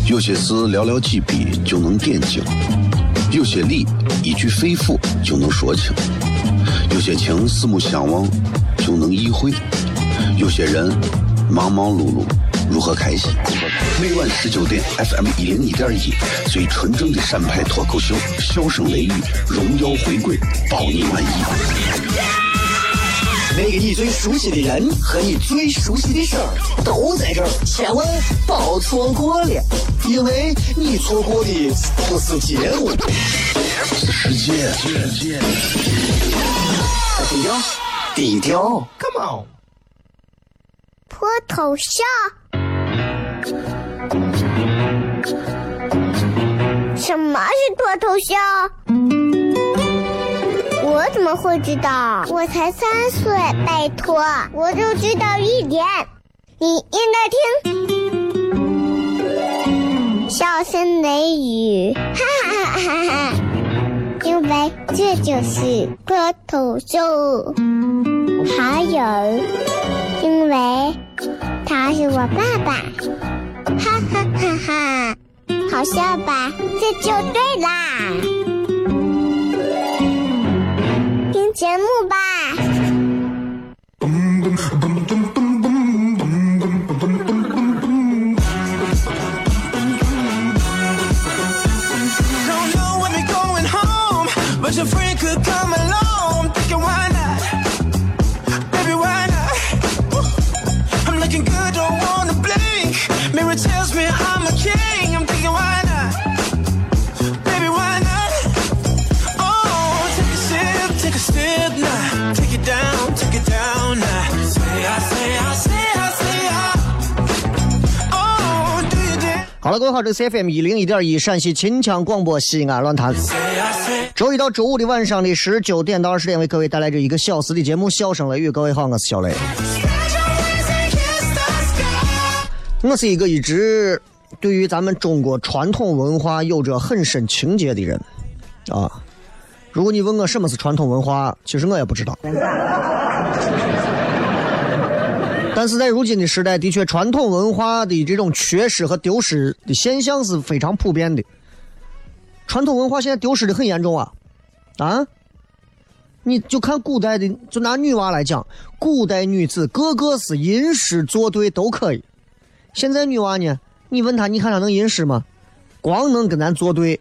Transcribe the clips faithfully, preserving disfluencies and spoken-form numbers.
有些事寥寥几笔就能点睛，有些理一句肺腑就能说清，有些情四目相望就能意会，有些人忙忙碌碌如何开心。每晚十九点 F M 一零一点一，最纯正的陕派脱口秀，笑声雷雨，荣耀回归，保你满意。 那个你最熟悉的人和你最熟悉的事儿都在这儿，千万别错过了，因为你错过的不是节目， 是世界。 低调，低调 ，Come on。 脱头像，什么是脱头像？我怎么会知道？我才三岁，拜托，我就知道一点。你应该听，笑声雷雨，哈哈哈哈哈！因为这就是脱头秀。还有，因为他是我爸爸，哈哈哈哈！好笑吧？这就对啦。听节目吧。 好了，各位好，这是 C F M 一零一点一陕西秦腔广播西安论坛。周一到周五的晚上的十九点到二十点，为各位带来这一个小时的节目《笑声雷雨》。各位好，我是小雷。我是一个一直对于咱们中国传统文化有着很深情结的人啊。如果你问我什么是传统文化，其实我也不知道。但是在如今的时代，的确传统文化的这种缺失和丢失的现象是非常普遍的。传统文化现在丢失的很严重啊！啊，你就看古代的，就拿女娃来讲，古代女子个个是吟诗作对都可以。现在女娃呢，你问她，你看她能吟诗吗？光能跟咱作对，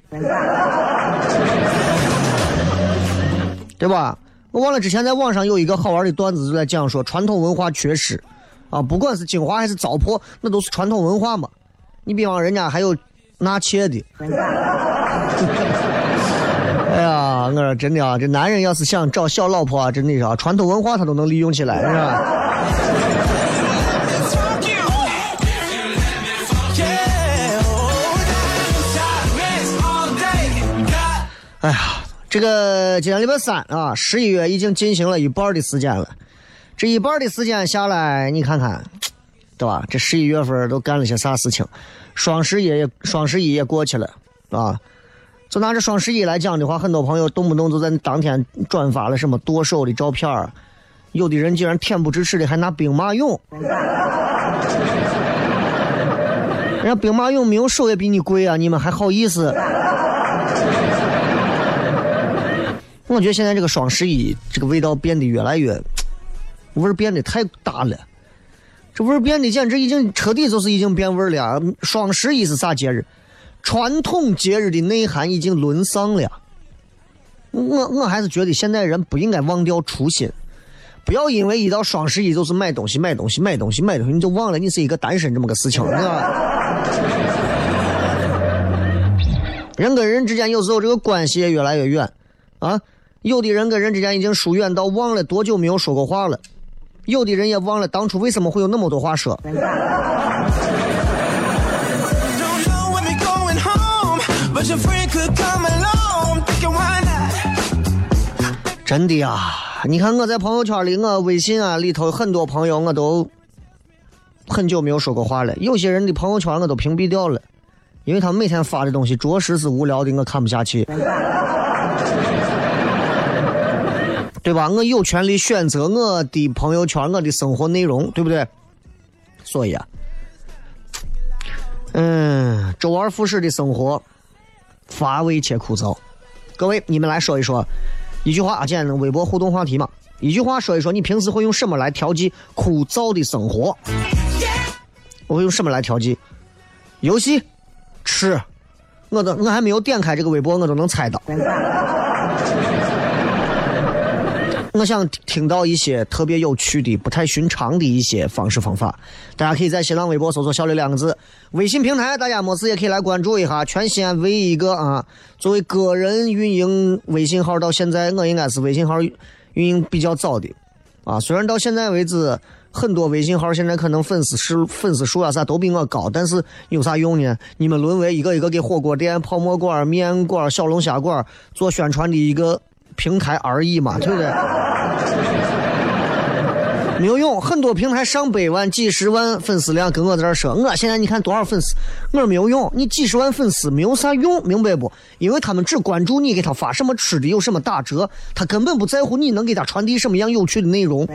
对吧？我忘了之前在网上有一个好玩的段子，就在讲说传统文化缺失。啊，不管是精华还是糟粕，那都是传统文化嘛。你比方人家还有纳妾的。哎呀，我说真的啊，这男人要是想找小老婆啊，真的是啊，传统文化他都能利用起来，是吧？哎呀，这个今天礼拜三啊，十一月已经进行了一半的时间了。这一半的时间下来，你看看，对吧？这十一月份都干了些啥事情？双十一也双十一也过去了啊！就拿这双十一来讲的话，很多朋友动不动就在当天转发了什么剁手的照片，有的人竟然恬不知耻的还拿兵马俑，人家兵马俑没有手也比你贵啊，你们还好意思？我觉得现在这个双十一这个味道变得越来越。味儿变得太大了，这味儿变得简直已经彻底就是已经变味儿了。双十一是啥节日？传统节日的内涵已经沦丧了。我我还是觉得现在人不应该忘掉初心，不要因为一到双十一就是买东西买东西买东西买东西，你就忘了你是一个单身这么个事情，是吧？人跟人之间有时候这个关系也越来越远啊，有的人跟人之间已经疏远到忘了多久没有说过话了。有的人也忘了当初为什么会有那么多话说。真的呀，你看我在朋友圈里，我微信啊里头很多朋友我都很久没有说过话了，有些人的朋友圈我都屏蔽掉了，因为他们每天发的东西着实是无聊的，我看不下去。对吧？我有权利选择我的朋友圈，我的生活内容，对不对？所以啊， 嗯，周而复始的生活，乏味且枯燥。各位，你们来说一说，一句话，今天的微博互动话题嘛，一句话说一说，你平时会用什么来调剂枯燥的生活？我会用什么来调剂？游戏、吃，我都我还没有点开这个微博，我都能猜到。我想听到一些特别有趣的、不太寻常的一些方式方法，大家可以在新浪微博搜索“小雷”两个字，微信平台大家没事也可以来关注一下。全西安唯一一个啊，作为个人运营微信号到现在，我应该是微信号运营比较早的啊。虽然到现在为止，很多微信号现在可能粉丝数、粉丝数啊啥都比我高，但是有啥用呢？你们沦为一个一个给火锅店、泡沫馆、面馆、小龙虾馆做宣传的一个平台而已嘛，对不对？没有用，很多平台上百万、几十万粉丝量，跟我在这说，我现在你看多少粉丝，我说没有用，你几十万粉丝没有啥用，明白不？因为他们只关注你给他发什么吃的，有什么打折，他根本不在乎你能给他传递什么样有趣的内容。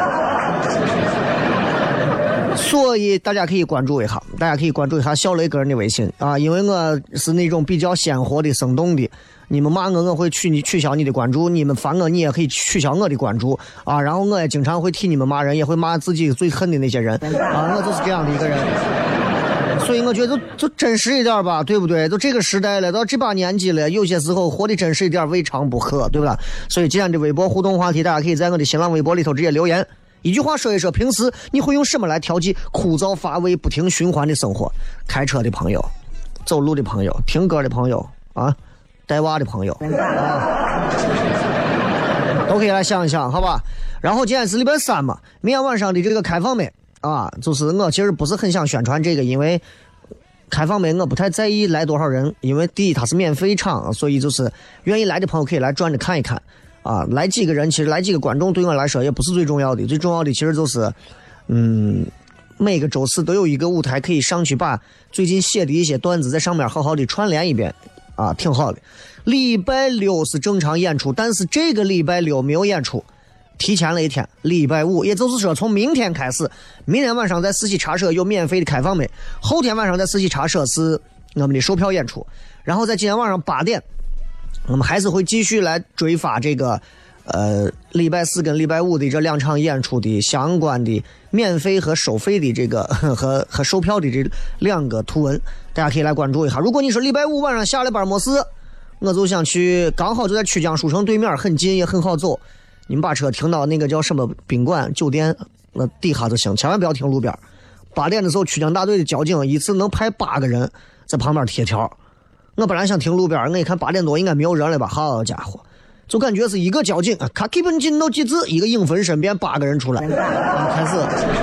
所以大家可以关注一下，大家可以关注一下小雷个人的微信啊，因为我是那种比较鲜活的、生动的。你们骂我，我会取你取消你的关注；你们烦我，你也可以取消我的关注啊。然后我也经常会替你们骂人，也会骂自己最恨的那些人啊。我就是这样的一个人，所以我觉得就就真实一点吧，对不对？都这个时代了，到这把年纪了，有些时候活得真实一点，未尝不可，对不啦？所以今天的微博互动话题，大家可以在我的新浪微博里头直接留言。一句话说一说，平时你会用什么来调剂枯燥乏味不停循环的生活？开车的朋友，走路的朋友，听歌的朋友啊，带娃的朋友啊，都可以来想一想，好吧？然后今天是礼拜三嘛，明天晚上的这个开放麦啊，就是我其实不是很想宣传这个，因为开放麦我不太在意来多少人，因为第一它是免费场，所以就是愿意来的朋友可以来转着看一看。啊，来几个人，其实来几个观众对我来说也不是最重要的，最重要的其实就是，嗯，每个周四都有一个舞台可以上去把最近写的一些段子在上面好好的串联一遍，啊，挺好的。礼拜六是正常演出，但是这个礼拜六没有演出，提前了一天，礼拜五，也就是说从明天开始，明天晚上在四喜茶社有免费的开放麦，后天晚上在四喜茶社是我们的售票演出，然后在今天晚上八点。我们还是会继续来追发这个，呃，礼拜四跟礼拜五的这两场演出的相关的免费和收费的这个和和售票的这两个图文，大家可以来关注一下。如果你说礼拜五晚上下了班没事，我就想去，刚好就在曲江书城对面，很近也很好走，你们把车停到那个叫什么宾馆酒店那底下就行，千万不要停路边。八点的时候，曲江大队的交警一次能派八个人在旁边贴条。我本来想停路边，我一看八点多应该没有人了吧，好家伙，就感觉是一个交警啊，卡基本进到几次，一个影分身边八个人出来，开始。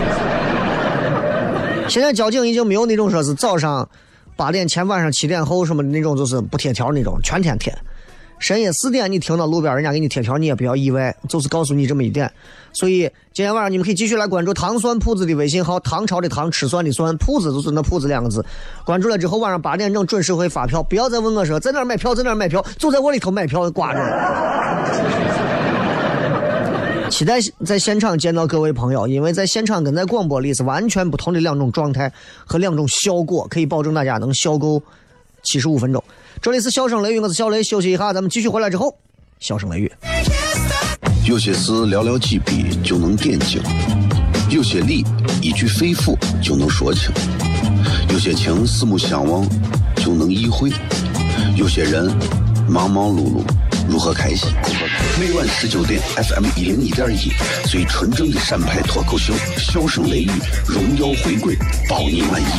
现在交警已经没有那种说是早上八点前晚上七点后什么的那种，就是不贴条那种，全天贴。深夜四点你停到路边，人家给你贴条，你也不要意外，就是告诉你这么一点。所以今天晚上你们可以继续来关注糖酸铺子的微信号，唐朝的唐，吃酸的酸，铺子就是那铺子两个字。关注了之后，晚上八点整准时会发票，不要再问我说在哪儿买票，在哪儿买票，就在我里头买票挂着。期待在现场见到各位朋友，因为在现场跟在广播里是完全不同的两种状态和两种效果，可以保证大家能笑够七十五分钟。这里是笑声雷雨，我是小雷，休息一下，咱们继续回来之后，笑声雷雨。 有些事寥寥几笔就能点睛，有些理一句肺腑就能说清，有些情四目相望就能意会，有些人忙忙碌碌如何开心。每晚十九点 F M 一零一点一，最纯正的陕派脱口秀，笑声雷雨，荣耀回归，保你满意。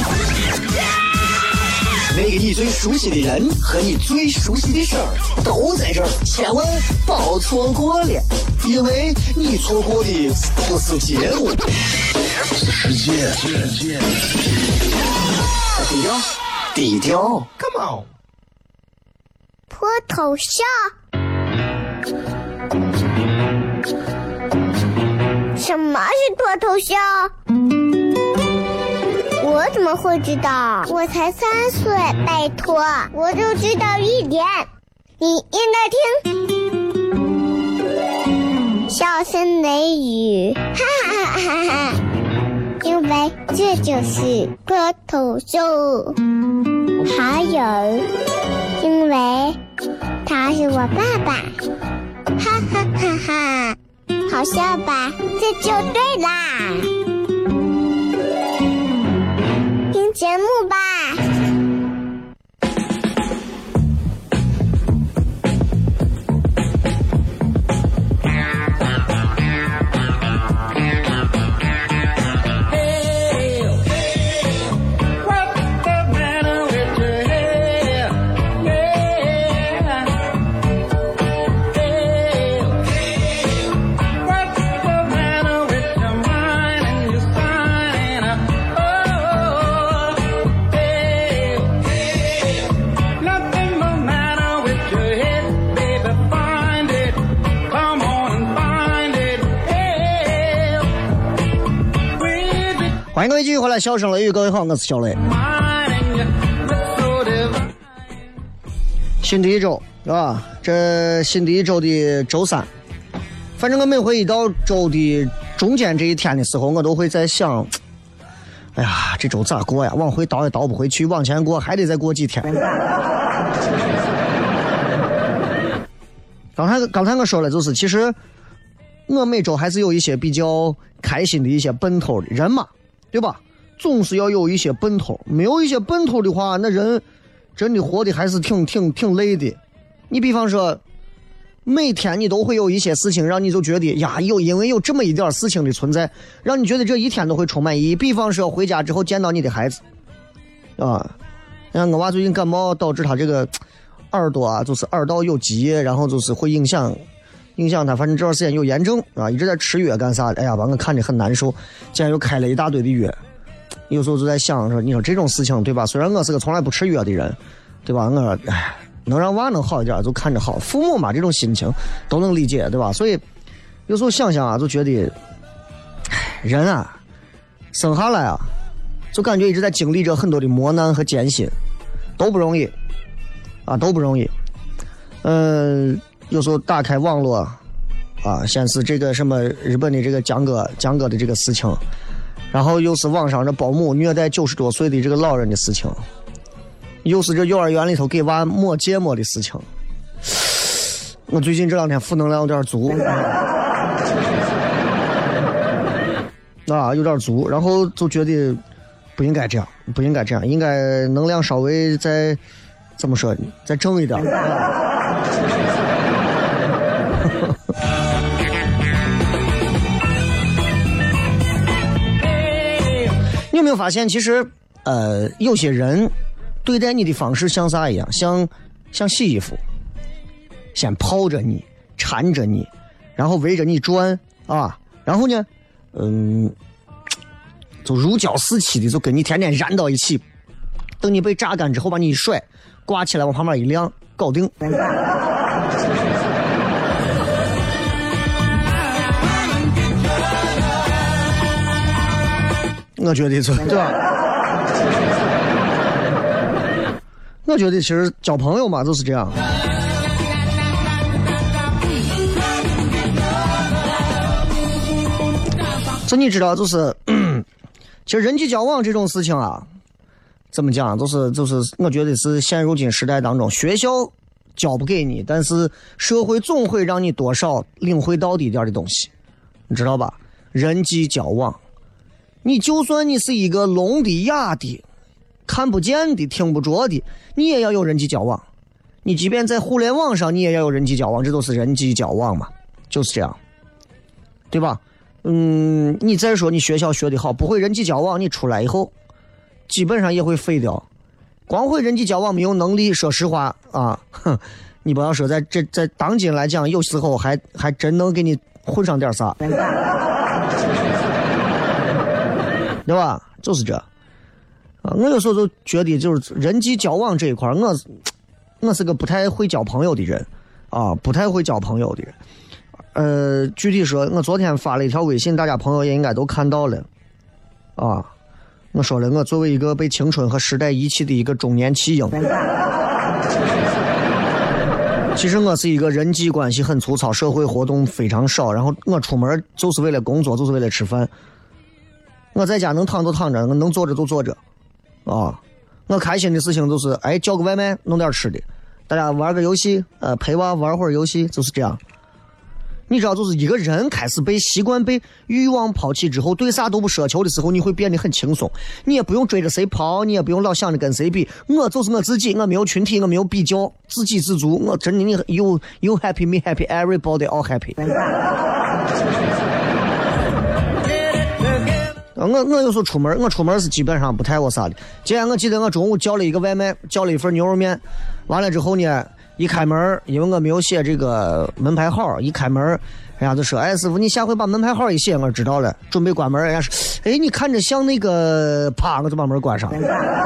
那个你最熟悉的人和你最熟悉的事儿都在这儿，千万别错过了，因为你错过的不是节目， 是世界。 低调，低调 ，Come on。 脱头像，什么是脱头像？我怎么会知道？我才三岁，拜托，我就知道一点。你应该听，笑声雷雨，哈哈哈哈哈！ 因为这就是脱口秀。还有，因为他是我爸爸，哈哈哈哈，好笑吧？这就对啦，听节目吧。 欢迎各位继续回来，笑声雷雨，各位好，我是小雷。新的一周是吧？这新的一周的周三，反正我每回一到周的中间这一天的时候，我都会在想，哎呀，这周咋过呀？往回倒也倒不回去，往前过还得再过几天。刚才刚才我说了，就是其实我每周还是有一些比较开心的一些奔头的人嘛。对吧？总是要有一些奔头，没有一些奔头的话，那人真的活的还是挺挺挺累的。你比方说，每天你都会有一些事情让你就觉得呀，有因为有这么一点事情的存在，让你觉得这一天都会充满意义。比方说回家之后见到你的孩子，啊，像我娃最近感冒导致他这个耳朵啊，就是耳道有疾，然后就是会影响。影响他，反正这段时间有炎症啊，一直在吃药干啥的，哎呀，把我看着很难受。竟然又开了一大堆的药，有时候就在想说，你说这种事情对吧？虽然我是个从来不吃药的人，对吧？我哎，能让娃能好一点就看着好，父母嘛这种心情都能理解，对吧？所以有时候想想啊，就觉得，哎，人啊，生下来啊，就感觉一直在经历着很多的磨难和艰辛，都不容易啊，都不容易。嗯、呃。有时候打开网络啊，先是这个什么日本的这个江歌江歌的这个事情，然后又是网上这保姆虐待九十多岁的这个老人的事情，又是这幼儿园里头给娃抹芥末的事情。我最近这两天负能量有点足啊，有点足，然后就觉得不应该这样，不应该这样，应该能量稍微再怎么说再正一点。你有没有发现，其实，呃，有些人对待你的方式像啥一样？像像洗衣服，先泡着你，缠着你，然后围着你转啊，然后呢，嗯，就如胶似漆的，就跟你天天燃到一起。等你被榨干之后，把你一甩，挂起来往旁边一晾，搞定。我觉得这对吧？我觉得其实交朋友嘛就是这样。这你知道，就是其实人际交往这种事情啊，怎么讲？就是就是，我觉得是现如今时代当中，学校教不给你，但是社会总会让你多少领会到的一点的东西，你知道吧？人际交往。你就算你是一个聋的哑的看不见的听不着的，你也要有人际交往。你即便在互联网上你也要有人际交往，这都是人际交往嘛，就是这样，对吧？嗯，你再说你学校学得好，不会人际交往，你出来以后基本上也会废掉。光会人际交往没有能力，说实话啊，哼，你不要说在这在当今来讲，有时候还还真能给你混上点啥。对吧？就是这啊！我有时候就觉得，就是人际交往这一块，我我是个不太会交朋友的人啊，不太会交朋友的人。呃，具体说，我昨天发了一条微信，大家朋友也应该都看到了啊。我说了，我作为一个被青春和时代遗弃的一个中年弃婴，其实我是一个人际关系很粗糙，社会活动非常少，然后我出门就是为了工作，就是为了吃饭。 我在家能躺就躺着，我能坐着就坐着，啊，我开心的事情就是哎叫个外卖，弄点吃的，大家玩个游戏，呃陪娃玩会儿游戏，就是这样。你知道，就是一个人开始被习惯、被欲望抛弃之后，对啥都不奢求的时候，你会变得很轻松。你也不用追着谁跑，你也不用老想着跟谁比。我就是我自己，我没有群体，我没有比较，自给自足。我真的，你 you you happy me happy everybody all happy。我我有时候出门，我出门是基本上不太我啥的。今天我记得我中午叫了一个外卖，叫了一份牛肉面，完了之后呢。一开门，因为我没有写这个门牌号，一开门，人家就说：“哎，师傅，你下回把门牌号一写，我知道了。”准备关门，人家说：“哎，你看着像那个……啪，我就把门关上。”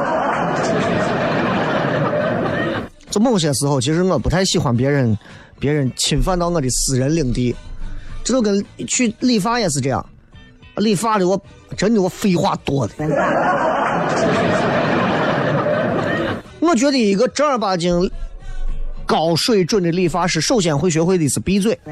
就某些时候，其实我不太喜欢别人，别人侵犯到我的私人领地。这就跟去理发也是这样，理发的我真的我废话多的。我觉得一个正儿八经。高水准的理发师首先会学会的是闭嘴。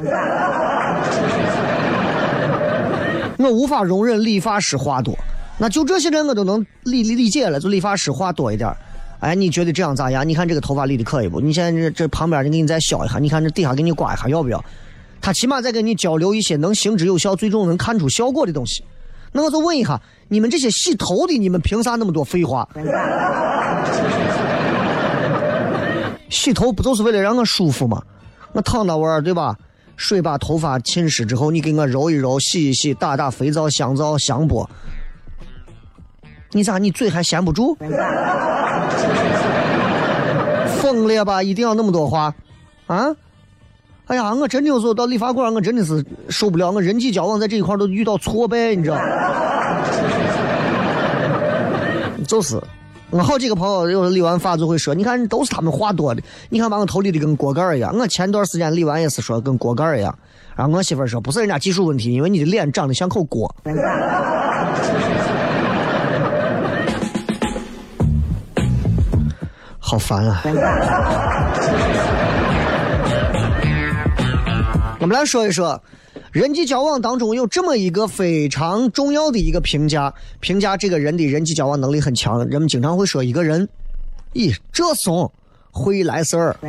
我无法容忍理发师话多，那就这些人我都能理理理解了，就理发师话多一点。哎，你觉得这样咋样？你看这个头发理的可以不？你现在这这旁边你给你再削一下，你看这底下给你刮一下，要不要？他起码在跟你交流一些能行之有效、最终能看出效果的东西。那我就问一下，你们这些洗头的，你们凭啥那么多废话？洗头不就是为了让我舒服吗？我躺到玩儿，对吧？水把头发浸湿之后，你给我揉一揉、洗一洗、打打肥皂、香皂、香波。你咋？你嘴还闲不住？疯了吧？一定要那么多话啊？哎呀，我真的有时候到理发馆，我真的是受不了。我人际交往在这一块都遇到挫败，你知道？就是。我好几个朋友有理完发就会说，你看都是他们话多的，你看把我头理的跟锅盖一样。我前段时间理完也是说跟锅盖一样，然后我媳妇说不是人家技术问题，因为你的脸长得像口锅。好烦啊。我们来说一说人际交往当中有这么一个非常重要的一个评价，评价这个人的人际交往能力很强。人们经常会说一个人，咦，这怂会来事儿，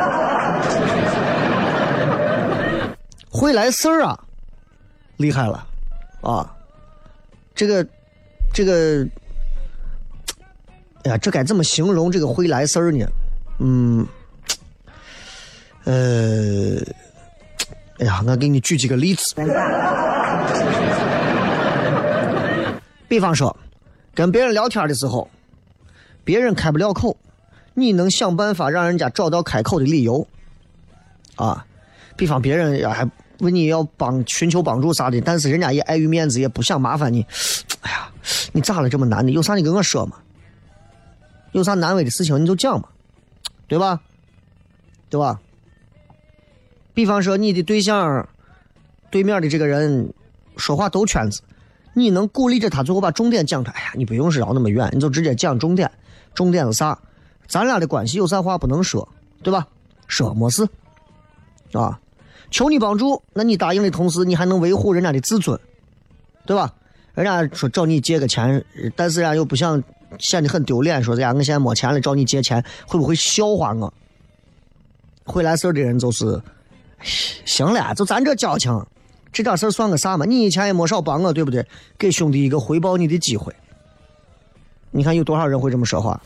会来事儿啊，厉害了啊！这个，这个，哎呀，这该怎么形容这个会来事儿呢？嗯，呃。哎呀，我给你举几个例子。比方说，跟别人聊天的时候，别人开不了口，你能想办法让人家找到开口的理由。啊，比方别人还问你要帮寻求帮助啥的，但是人家也碍于面子，也不想麻烦你。哎呀，你咋了这么难的？有啥你跟我说嘛？有啥难为的事情你就讲嘛，对吧？对吧？比方说你的对象对面的这个人说话兜圈子，你能鼓励着他最后把重点讲出来。哎呀，你不用是绕那么远，你就直接讲重点。重点是啥？咱俩的关系有啥话不能说，对吧？说没事啊。求你帮助，那你答应的同时你还能维护人家的自尊，对吧？人家说找你借个钱，但是人家又不想显得很丢脸，说这样我现在没钱了找你借钱，会不会笑话我？会来事的人就是行了，就咱这交情，这点事儿算个啥嘛？你以前也没少帮我，对不对？给兄弟一个回报你的机会。你看有多少人会这么说话？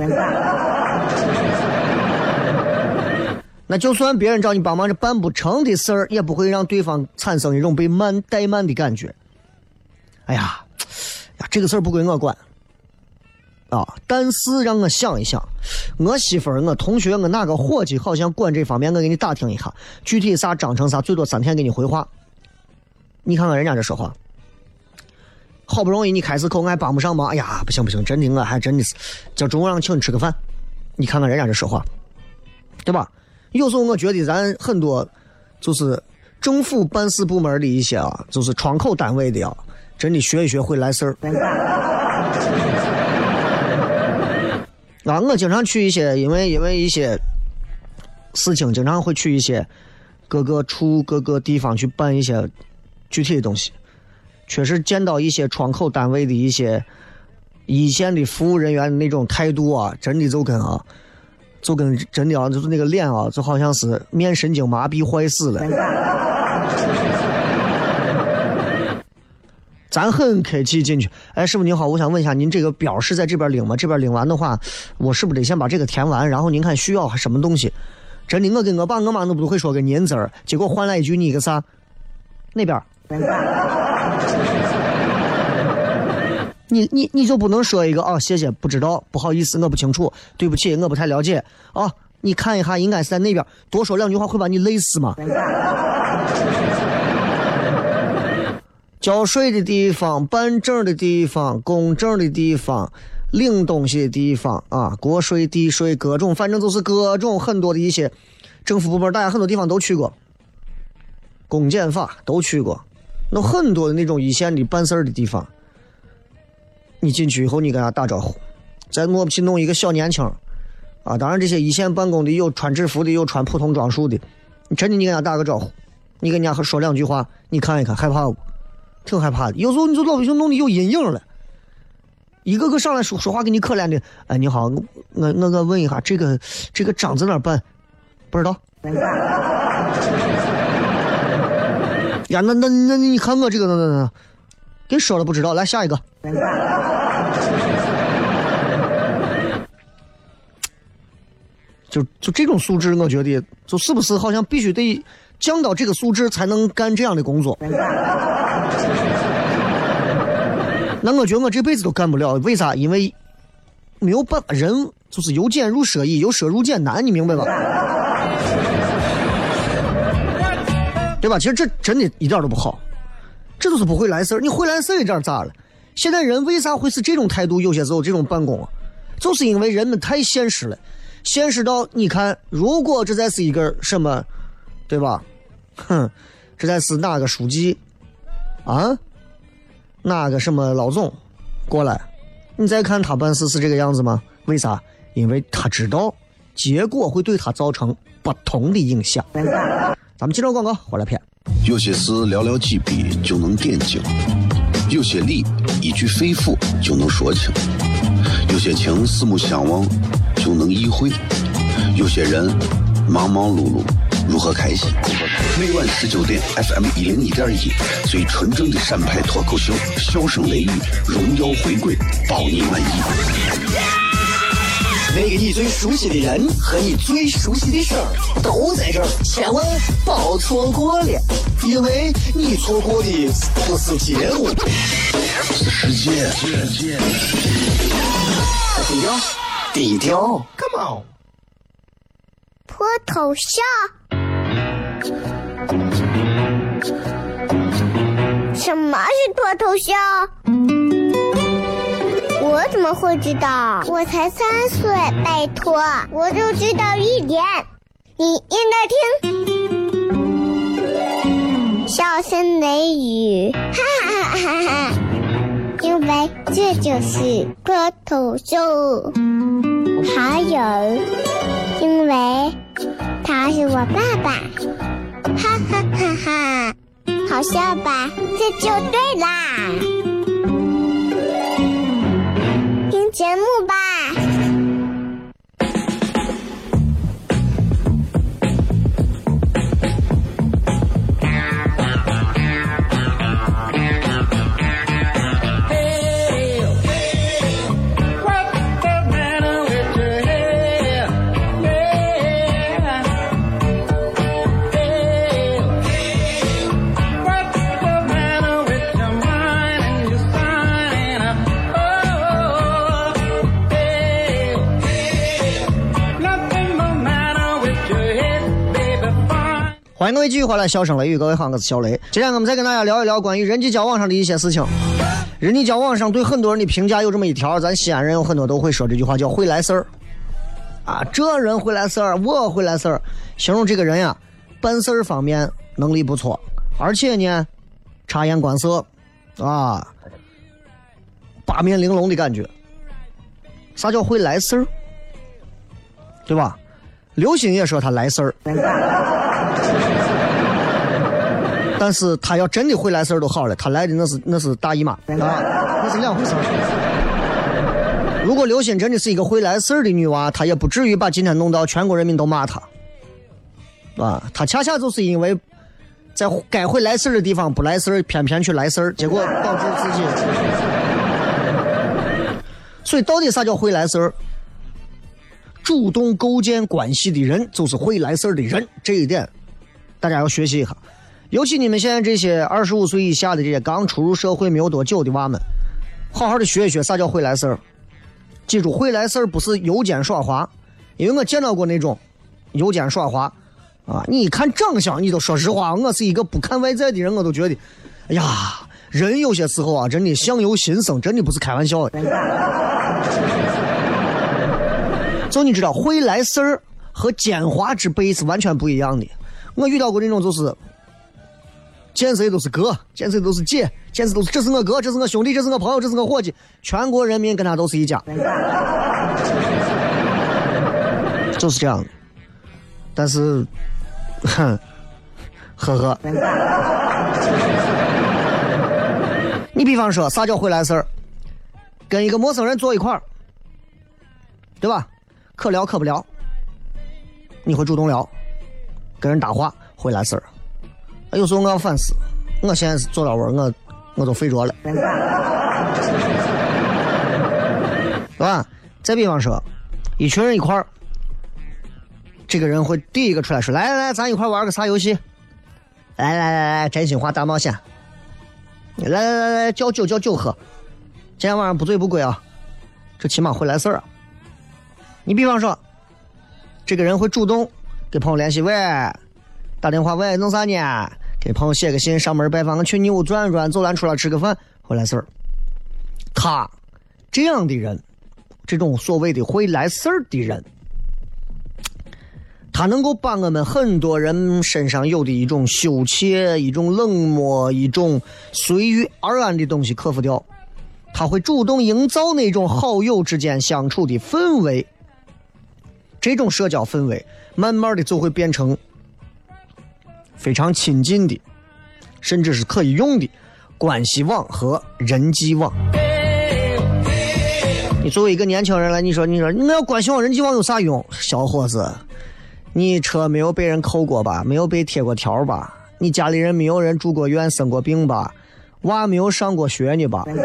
那就算别人找你帮忙，这办不成的事儿，也不会让对方产生一种被慢怠慢的感觉。哎呀，呀，这个事儿不归我管啊！但是让我想一想，我媳妇儿、我同学、我哪个伙计好像管这方面，我给你打听一下，具体啥章程啥，最多三天给你回话。你看看人家这说话，好不容易你开始口，我还帮不上忙，哎呀，不行不行，真的我还真的是叫中午让请你吃个饭。你看看人家这说话，对吧？有时候我觉得咱很多就是政府办事部门的一些啊，就是窗口单位的啊，真的学一学会来事儿。啊，我经常去一些，因为因为一些事情，经常会去一些各个处、各个地方去办一些具体的东西。 确实见到一些窗口单位的一些一线的服务人员的那种态度啊，真的就跟啊，就跟真的啊，就是那个脸啊，就好像是面神经麻痹坏死了。咱很客气进去，哎，师傅您好，我想问一下，您这个表是在这边领吗？这边领完的话，我是不是得先把这个填完？然后您看需要什么东西？真的，我跟我爸我妈都不会说个您字儿，结果换来一句你个啥？那边。你你你就不能说一个啊、哦？谢谢，不知道，不好意思，我不清楚，对不起，我不太了解啊、哦。你看一下，应该是在那边，多说两句话会把你累死吗？交税的地方、办证的地方、公证的地方、领东西的地方啊，国税、地税各种，反正就是各种很多的一些政府部门，大家很多地方都去过，公检法都去过，那很多的那种一线的办事儿的地方，你进去以后，你跟他打招呼，再摸不起弄一个小年轻啊，当然这些一线办公的有穿制服的，有穿普通装束的，你趁着你跟他打个招呼，你跟人家说两句话，你看一看，害怕不？挺害怕的，有时候你就老百姓弄得有阴影了，一个个上来说说话给你可怜的，哎，你好，我我我问一下，这个这个章在哪办？不知道。呀，那那那你看我这个，那那那，给说了不知道，来下一个。就就这种素质，我觉得就是不是好像必须得降到这个素质才能干这样的工作。那我觉得我这辈子都干不了，为啥？因为没有办法，人就是由俭入奢易，由奢入俭难，你明白吧？对吧？其实这真的一点都不好，这都是不会来事儿。你会来事儿一点咋了？现在人为啥会是这种态度？有些时候这种办公，就是因为人们太现实了，现实到你看，如果这再是一个什么，对吧？哼，这再是哪个书记啊？哪个什么老总过来，你再看他办事是这个样子吗？为啥？因为他知道结果会对他造成不同的影响。咱们接着广告，回来片。 有些事寥寥几笔就能点睛，有些理一句肺腑就能说清，有些情四目相望就能意会，有些人忙忙碌碌如何开心？每晚十九点 F M 一零一点一，最纯正的陕派脱口秀，笑声雷雨，荣耀回归，保你满意。 那个你最熟悉的人和你最熟悉的事儿都在这儿，千万别错过了，因为你错过的不是节目， 是世界。 低调，低调 ，Come on。 脱头像。什么是脱头像？我怎么会知道？我才三岁，拜托，我就知道一点。你应该听，笑声雷雨，哈哈哈哈哈！因为这就是脱头秀。还有，因为他是我爸爸，哈哈哈哈！好笑吧？这就对啦。听节目吧。 欢迎各位继续回来，笑声雷雨，各位好，我是小雷。今天我们再跟大家聊一聊关于人际交往上的一些事情。人际交往上对很多人的评价有这么一条，咱西安人有很多都会说这句话，叫会来事儿啊，这人会来事儿，我会来事儿，形容这个人呀，办事儿方面能力不错，而且呢察言观色啊，八面玲珑的感觉。啥叫会来事儿？对吧？刘星也说他来事儿。 但是他要真的会来事儿都好了，他来的那是那是大姨妈啊，那是两回事儿。如果刘鑫真的是一个会来事儿的女娃，她也不至于把今天弄到全国人民都骂她啊。她恰恰就是因为在该会来事儿的地方不来事儿，偏偏去来事儿，结果导致自己。所以到底啥叫会来事儿？主动构建关系的人就是会来事儿的人，这一点大家要学习一下。尤其你们现在这些二十五岁以下的这些刚出入社会没有多久的娃们，好好的学一学啥叫会来事儿。记住，会来事儿不是油尖耍滑，因为我见到过那种油尖耍滑啊！你一看长相，你都说实话，我是一个不看外在的人，我都觉得，哎呀，人有些时候啊，真的相由心生，真的不是开玩笑的。就你知道，会来事儿和奸猾之辈是完全不一样的。我遇到过那种就是见谁都是哥，见谁都是姐，见谁都是这是我哥，这是我兄弟，这是我朋友，这是我伙计，全国人民跟他都是一家，就是这样的。但是哼呵呵，你比方说啥叫会来事儿？跟一个陌生人坐一块儿，对吧？可聊可不聊，你会主动聊，跟人搭话会来事儿。有时候我要反思，我现在是坐到位，我我都睡着了，对吧？再比方说，一群人一块儿，这个人会第一个出来说：“来来来，咱一块玩个啥游戏？来来来来，真心话大冒险！来来来来，叫酒叫酒喝，今天晚上不醉不归啊！这起码会来事儿啊！你比方说，这个人会主动给朋友联系，喂，打电话，喂，弄啥呢？给朋友写个信，上门拜访，去你屋转转，走，咱出来吃个饭，会来事儿。他这样的人，这种所谓的会来事儿的人，他能够把我们很多人身上有的一种羞怯、一种冷漠、一种随遇而安的东西克服掉。他会主动营造那种好友之间相处的氛围，这种社交氛围慢慢的就会变成非常亲近的，甚至是可以用的关系网和人际网。你作为一个年轻人来，你说你说你要关系网人际网有啥用？小伙子，你车没有被人扣过吧？没有被贴过条吧？你家里人没有人住过院生过病吧？娃没有上过学呢吧？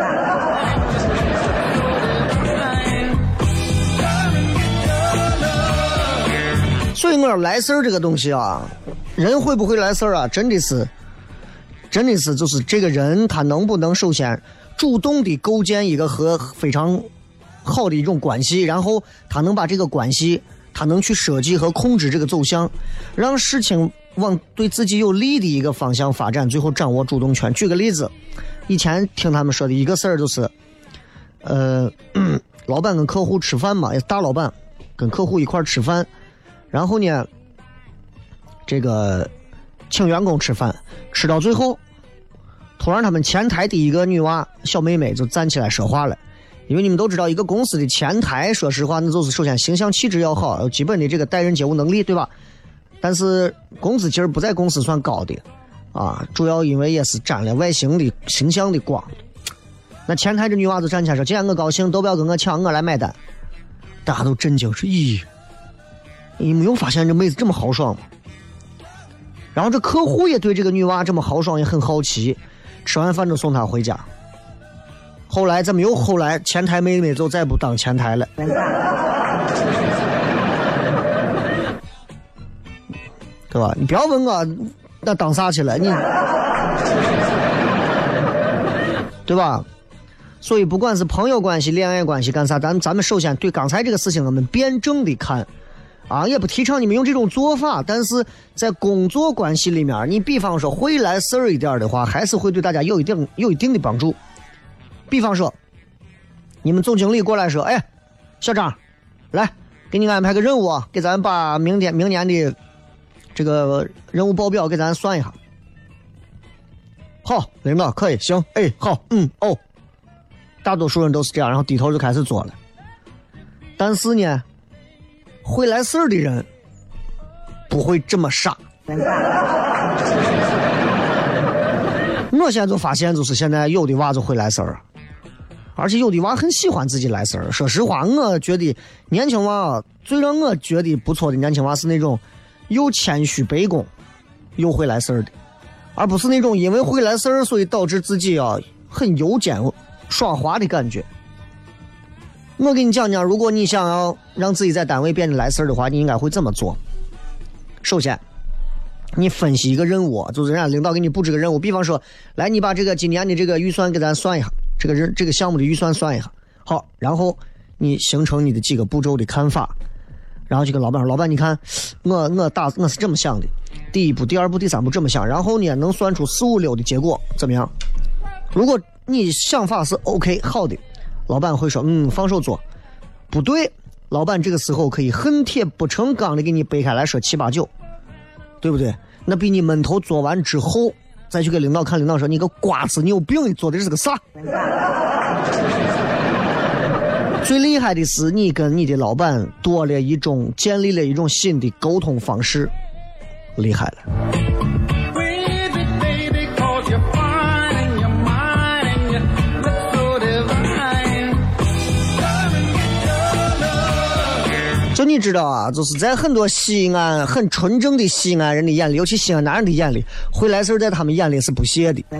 所以我说来事儿这个东西啊，人会不会来事儿啊？真的是，真的是就是这个人他能不能首先主动的构建一个和非常好的一种关系，然后他能把这个关系，他能去设计和控制这个走向，让事情往对自己有利的一个方向发展，最后掌握主动权。举个例子，以前听他们说的一个事儿就是，呃，老板跟客户吃饭嘛，也是大老板跟客户一块吃饭，然后呢，这个请员工吃饭，吃到最后，突然他们前台的一个女娃小妹妹就站起来说话了。因为你们都知道，一个公司的前台，说实话，那就是首先形象气质要好，有基本的这个待人接物能力，对吧？但是工资其实不在公司算高的，啊，主要因为也是沾了外形的形象的光。那前台这女娃子站起来说：“今天我高兴，都不要跟我抢，我来买单。”大家都震惊，说：“咦，你没有发现这妹子这么豪爽吗？”然后这客户也对这个女娃这么豪爽也很好奇，吃完饭就送她回家。后来怎么又后来前台妹妹就再不当前台了，对吧？你不要问我那当啥去了，你对吧？所以不管是朋友关系、恋爱关系干啥，咱咱们首先对刚才这个事情我们辩证的看啊，也不提倡你们用这种做法，但是在工作关系里面，你比方说会来事儿一点的话，还是会对大家有一定有一定的帮助。比方说，你们总经理过来说：“哎，校长，来给你安排个任务啊，给咱把明天明年的这个任务报表给咱算一下。”好，领导可以，行，哎，好，嗯，哦，大多数人都是这样，然后低头就开始做了。但是呢，会来事儿的人不会这么傻。 我现在就发现，就是现在有的娃就会来事儿，而且有的娃很喜欢自己来事儿。说实话，我觉得年轻娃最让我觉得不错的年轻娃是那种又谦虚卑躬又会来事儿的，而不是那种因为会来事儿所以导致自己啊很油尖耍滑的感觉。我给你讲讲，如果你想要让自己在单位变得来事儿的话，你应该会这么做。首先你分析一个任务，就是人家领导给你布置个任务，比方说来你把这个今年的这个预算给咱算一下，这个人这个项目的预算算一下，好，然后你形成你的几个步骤的看法，然后就跟老板说，老板你看我我打我是这么想的，第一步第二步第三步这么想，然后呢能算出四五六的结果怎么样？如果你想法是 OK 好的，老板会说嗯放手做，不对，老板这个时候可以恨铁不成钢的给你背开来说七八九，对不对？那比你闷头做完之后再去给领导看，领导说你个瓜子你有病，你做的是个啥？最厉害的是你跟你的老板多了一种建立了一种新的沟通方式，厉害了。就你知道啊，就是在很多西安很纯正的西安人的眼里，尤其西安男人的眼里，会来事在他们眼里是不屑的。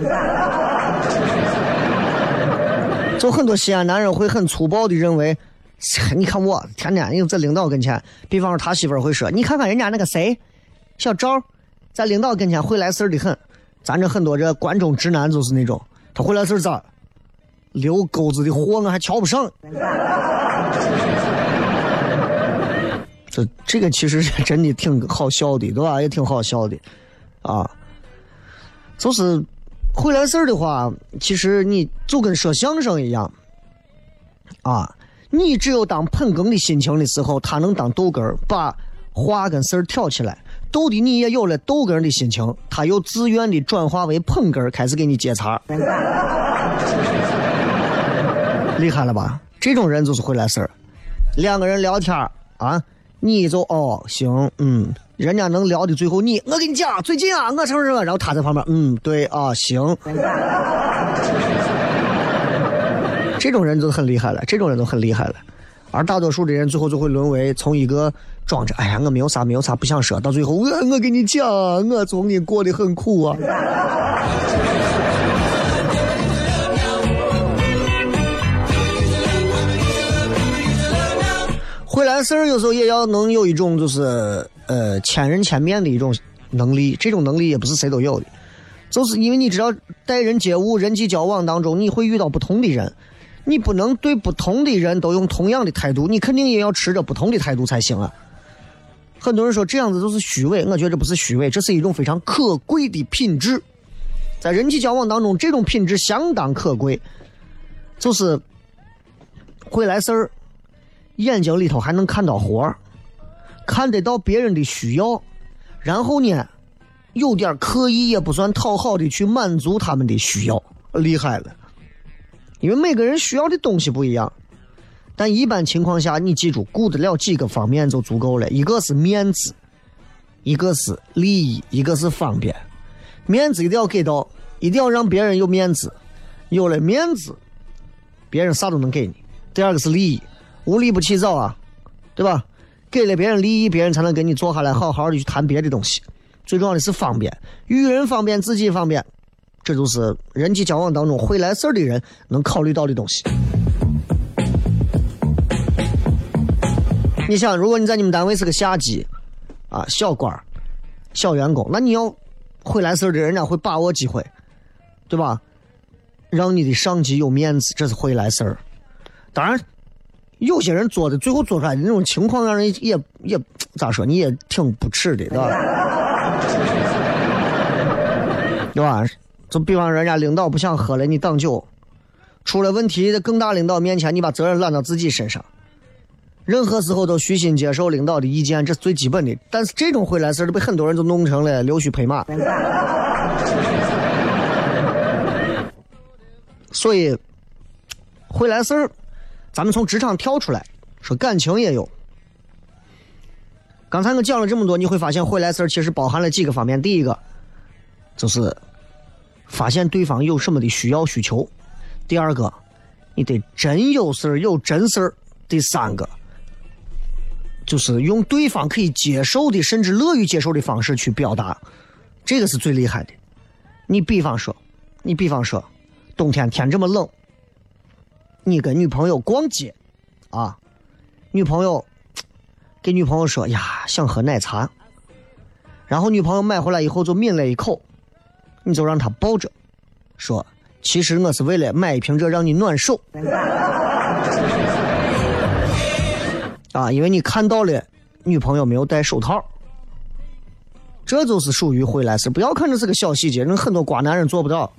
就很多西安男人会很粗暴的认为，你看我天天又在领导跟前，比方说他媳妇儿会说，你看看人家那个谁小赵在领导跟前会来事的很，咱这很多这关中直男就是那种，他会来事咋留钩子的货我还瞧不上。这这个其实是真的挺好笑的，对吧？也挺好笑的啊。就是会来事儿的话，其实你就跟说相声一样啊，你只有当捧哏的心情的时候，他能当逗哏，把话跟事儿挑起来，逗的你也有了逗哏的心情，他又自愿的转化为捧哏，开始给你接茬。厉害了吧？这种人就是会来事儿。两个人聊天啊，你就哦行，嗯，人家能聊的最后你，我跟你讲，最近啊，我承认，然后他在旁边，嗯，对啊，行。这种人就很厉害了，这种人都很厉害了。而大多数的人最后就会沦为从一个装着，哎呀，我没有啥，没有啥不想说，到最后，我我跟你讲，我从你过得很苦啊。会来事儿有时候也要能有一种就是呃千人千面的一种能力，这种能力也不是谁都有的，就是因为你知道待人接物人际交往当中你会遇到不同的人，你不能对不同的人都用同样的态度，你肯定也要持着不同的态度才行啊。很多人说这样子都是虚伪，我觉得这不是虚伪，这是一种非常可贵的品质，在人际交往当中这种品质相当可贵，就是会来事儿眼睛里头还能看到活，看得到别人的需要，然后呢有点刻意也不算讨好的去满足他们的需要，厉害了。因为每个人需要的东西不一样，但一般情况下你记住顾得了几个方面就足够了，一个是面子，一个是利益，一个是方便。面子一定要给到，一定要让别人有面子，有了面子别人啥都能给你。第二个是利益，无利不起早啊，对吧？给了别人利益，别人才能跟你坐下来好好的去谈别的东西。最重要的是方便，与人方便自己方便，这就是人际交往当中会来事儿的人能考虑到的东西。你想，如果你在你们单位是个下级啊，小官小员工，那你要会来事儿的人家会把握机会，对吧？让你的上级有面子，这是会来事儿。当然有些人做的最后做出来的那种情况让人也也咋说，你也挺不耻的，对吧？对吧？就比方人家领导不想喝了，你挡酒，出了问题在更大领导面前你把责任揽到自己身上，任何时候都虚心接受领导的意见，这是最基本的。但是这种会来事都被很多人都弄成了溜须拍马。所以会来事儿咱们从职场跳出来说，感情也有。刚才我讲了这么多，你会发现会来事儿其实包含了几个方面。第一个就是发现对方有什么的需要需求；第二个，你得真有事儿有真事儿；第三个，就是用对方可以接受的甚至乐于接受的方式去表达，这个是最厉害的。你比方说你比方说冬天天这么冷，你跟女朋友逛街啊，女朋友给女朋友说呀想喝奶茶，然后女朋友买回来以后就抿了一口，你就让她抱着说，其实我是为了买一瓶这让你暖手啊，因为你看到了女朋友没有戴手套，这就是属于回来式。不要看这是个小细节，那很多瓜男人做不到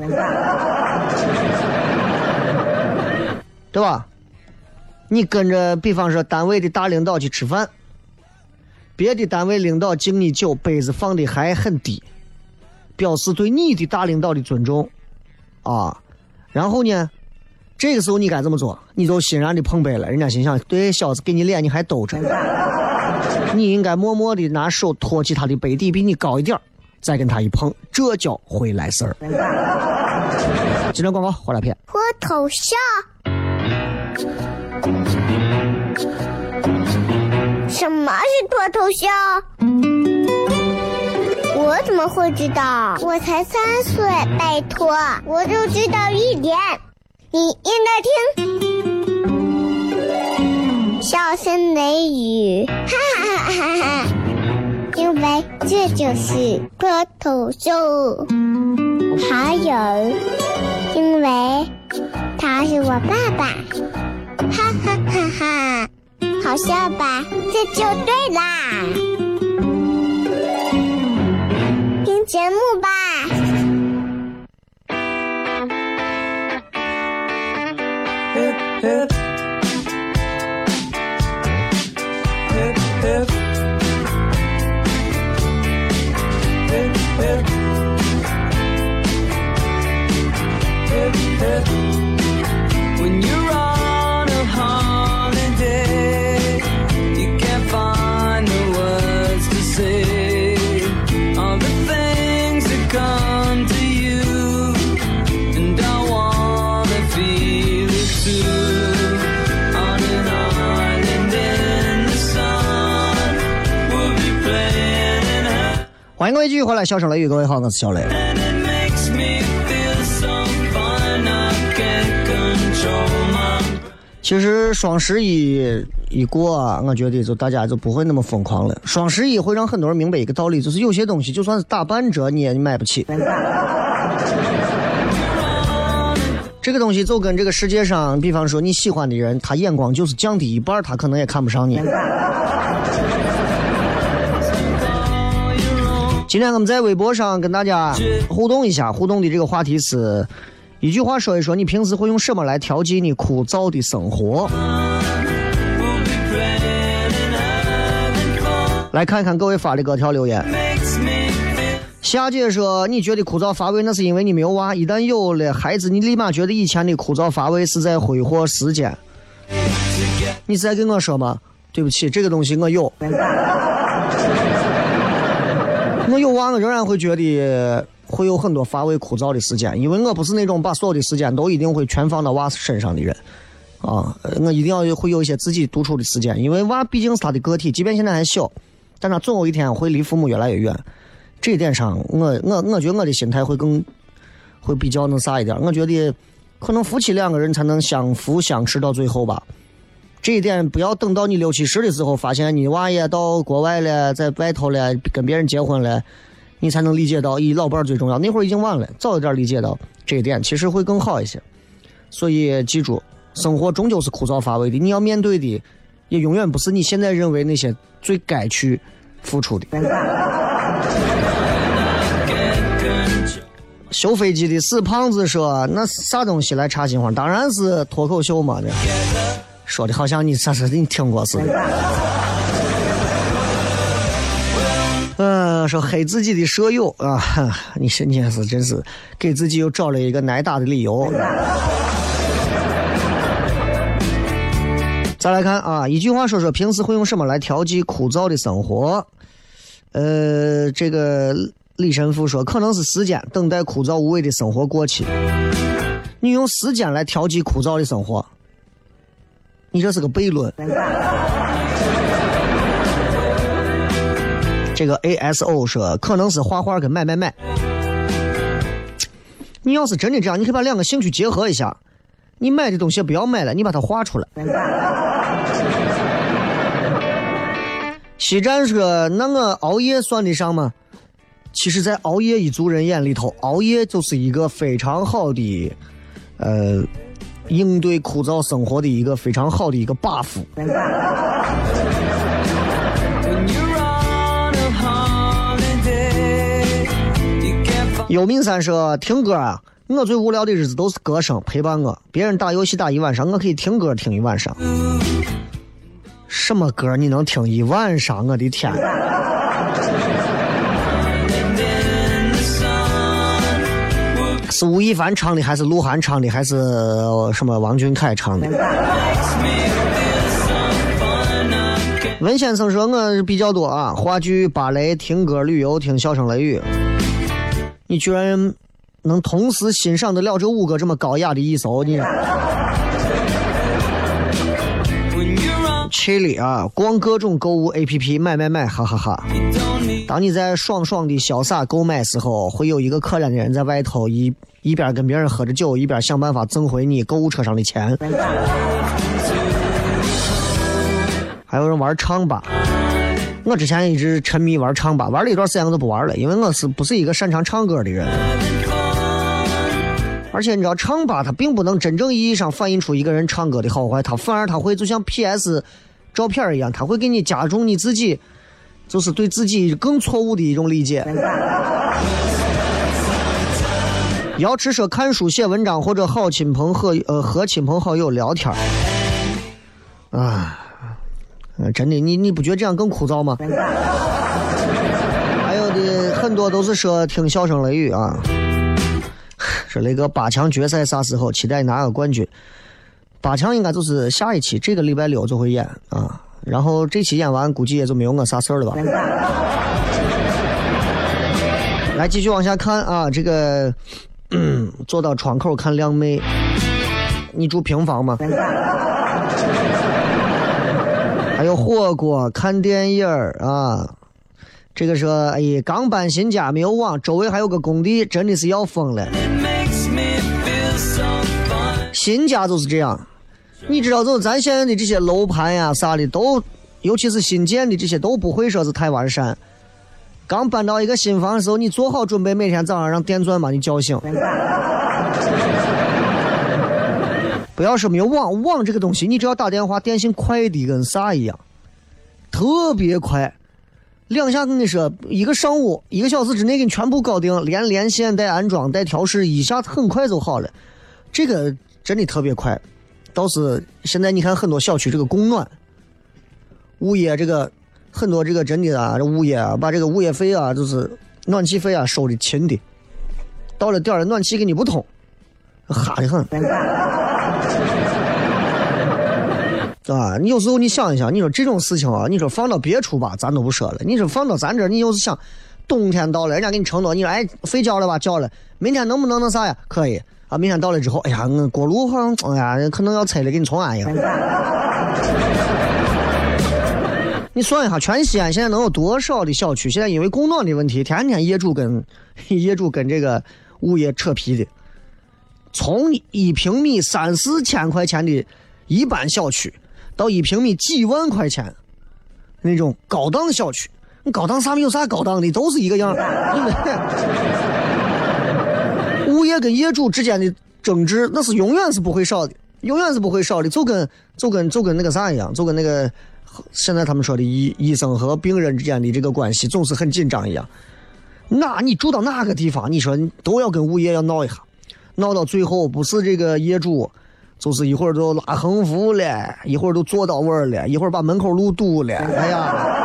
对吧？你跟着比方说单位的大领导去吃饭，别的单位领导敬你酒，杯子放的还很低，表示对你的大领导的尊重啊。然后呢，这个时候你该怎么做？你就欣然的碰杯了，人家心想，对，小子给你脸你还兜着，你应该默默的拿手托起他的杯底比你高一点，再跟他一碰，这叫回来事儿。今天广告回来片脱头像，什么是脱头像？我怎么会知道？我才三岁，拜托，我就知道一点。你应该听，笑声雷雨，哈哈哈哈哈！因为这就是脱头秀。还有，因为他是我爸爸，哈哈哈哈！好笑吧？这就对啦。听节目吧。Hip, hip. Hip, hip. Hip, hip. Hip, hip. When you're on a holiday, you can't find the words to say all the things that come to you, and I wanna feel it too. On an island in the sun, we'll be playing in her. 欢迎各位继续回来，笑声雷雨，各位好，我是小雷。其实双十一一过啊，我觉得就大家就不会那么疯狂了。双十一会让很多人明白一个道理，就是有些东西就算是打半折你也买不起。这个东西就跟这个世界上，比方说你喜欢的人，他眼光就是降低一半，他可能也看不上你。今天我们在微博上跟大家互动一下，互动的这个话题是一句话说一说，你平时会用什么来调剂你枯燥的生活？来看看各位发的各条留言。夏姐说，你觉得枯燥乏味，那是因为你没有娃，一旦有了孩子，你立马觉得以前的枯燥乏味是在挥霍时间。你是在跟我说吗？对不起，这个东西我有。我有娃，我仍然会觉得会有很多乏味枯燥的时间，因为我不是那种把所有的时间都一定会全放到娃身上的人啊，我一定要会有一些自己独处的时间，因为娃毕竟是他的个体，即便现在还小，但他总有一天会离父母越来越远。这一点上，我我我觉得我的心态会更会比较能啥一点。我觉得可能夫妻两个人才能相扶相持到最后吧。这一点不要等到你六七十的时候，发现你娃也到国外了，在外头了，跟别人结婚了，你才能理解到，咦，老伴最重要。那会儿已经晚了，早一点理解到这一点，其实会更好一些。所以记住，生活终究是枯燥乏味的，你要面对的，也永远不是你现在认为那些最该去付出的。修飞机的死胖子说：“那啥东西来插心话？当然是脱口秀嘛！”这说的好像你啥事你听过似的。呃，说黑自己的舍友啊，你真的是真是给自己又找了一个挨打的理由。再来看啊，一句话说说平时会用什么来调剂枯燥的生活？呃，这个李神父说，可能是时间等待枯燥无味的生活过去。你用时间来调剂枯燥的生活，你这是个悖论。这个 A S O 说，可能是画画跟买买买。你要是真的这样，你可以把两个兴趣结合一下。你买的东西不要买了，你把它画出来。西站说，那个熬夜算得上吗？其实在熬夜一族人眼里头，熬夜就是一个非常好的呃应对枯燥生活的一个非常好的一个 buff。有名三说，听歌啊，我最无聊的日子都是歌声陪伴我，别人打游戏打一晚上，我可以听歌听一晚上。什么歌你能听一晚上？我的天！是吴亦凡唱的，还是鹿晗唱的，还是什么王俊凯唱的？文先生说，我比较多啊，话剧、芭蕾、听歌、旅游、听笑声雷雨。你居然能同时欣赏得了这五个这么高雅的艺术，你去里啊，逛各种购物 A P P 买买买，哈哈哈！当你在爽爽的潇洒购买时候，会有一个可怜的人在外头一一边跟别人喝着酒，一边想办法挣回你购物车上的钱。还有人玩唱吧，我之前一直沉迷玩唱吧，玩了一段时间我都不玩了，因为我是不是一个擅长唱歌的人。而且你知道，唱吧它并不能真正意义上反映出一个人唱歌的好坏，它反而它会就像 P S 照片一样，它会给你加重你自己就是对自己更错误的一种理解。瑶池说，看书写文章或者好亲朋和呃和亲朋好友聊天啊，呃、真的你你不觉得这样更枯燥吗？还有的很多都是说听笑声雷雨啊。说那个八强决赛啥时候期待拿个冠军？八强应该就是下一期，这个礼拜六就会演啊。然后这期演完，估计也就没有我啥事儿了吧。来继续往下看啊，这个嗯，坐到窗口看靓妹。你住平房吗？还有火锅、看电影啊。这个说，哎，刚搬新家没有网，周围还有个工地，真的是要疯了。新家就是这样，你知道，就是咱现在的这些楼盘呀啥的都，尤其是新建的这些都不会说是太完善。刚搬到一个新房的时候，你做好准备，每天早上让电钻把你叫醒。不要说没有网，网这个东西，你只要打电话，电信快的跟啥一样，特别快。两下跟你说，一个上午一个小时之内给你全部搞定，连连线带安装带调试，一下很快就好了。这个真的特别快。倒是现在你看很多小区这个供暖，物业这个很多这个真的啊，这物业啊把这个物业费啊，就是暖气费啊收的勤的，到了点儿暖气给你不通，哈的很。啊，你有时候你想一想，你说这种事情啊，你说放到别处吧，咱都不说了。你说放到咱这儿，你又是想，冬天到了，人家给你承诺，你说哎，费交了吧，交了，明天能不能那啥呀？可以啊，明天到了之后，哎呀，锅炉好像，哎呀，可能要拆了，给你重安一个。你算一下，全西安现在能有多少的小区？现在因为供暖的问题，天天业主跟业主跟这个物业扯皮的，从一平米三四千块钱的一般小区。到一平米几万块钱那种高档小区，你高档啥没有啥高档的，都是一个样。物业跟业主之间的争执，那是永远是不会少的，永远是不会少的，就跟就跟就跟那个啥一样，就跟那个现在他们说的医医生和病人之间的这个关系总是很紧张一样。那你住到哪个地方，你说都要跟物业要闹一下，闹到最后不是这个业主。就是一会儿都拉横幅了，一会儿都坐到位了，一会儿把门口路堵了。哎呀，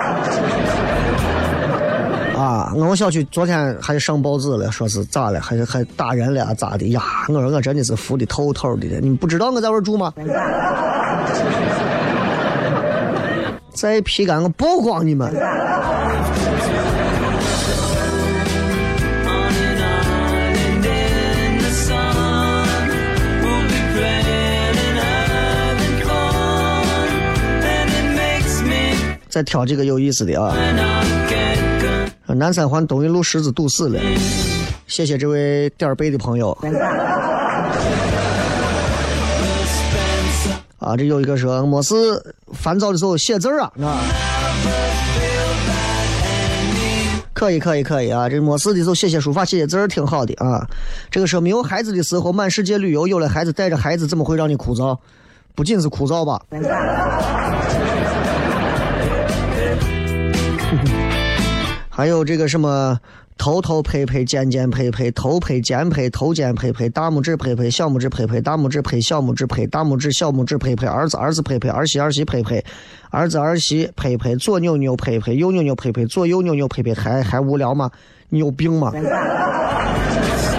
啊！我们小区昨天还上报纸了，说是咋了，还还打人了，咋的呀？我说我真的是服的透透的，你们不知道我在这儿住吗？再皮干我曝光你们！ 再挑几个有意思的啊。南三环东一路十字堵死了，谢谢这位点儿背的朋友。啊，这有一个说没事烦躁的时候写字啊，啊，可以可以可以啊，这没事的时候写写书法写写字挺好的啊。这个说没有孩子的时候满世界旅游，有了孩子带着孩子怎么会让你枯燥？不仅是枯燥吧。还有这个什么头头呸呸肩肩呸呸头呸肩呸头肩呸呸大拇指呸呸小拇指呸呸大拇指呸小拇指呸大拇指小拇指呸呸儿子儿子呸呸儿媳儿媳呸呸儿子儿媳呸呸左扭扭呸呸右扭扭呸呸左右扭扭呸呸还还无聊吗？你有病吗？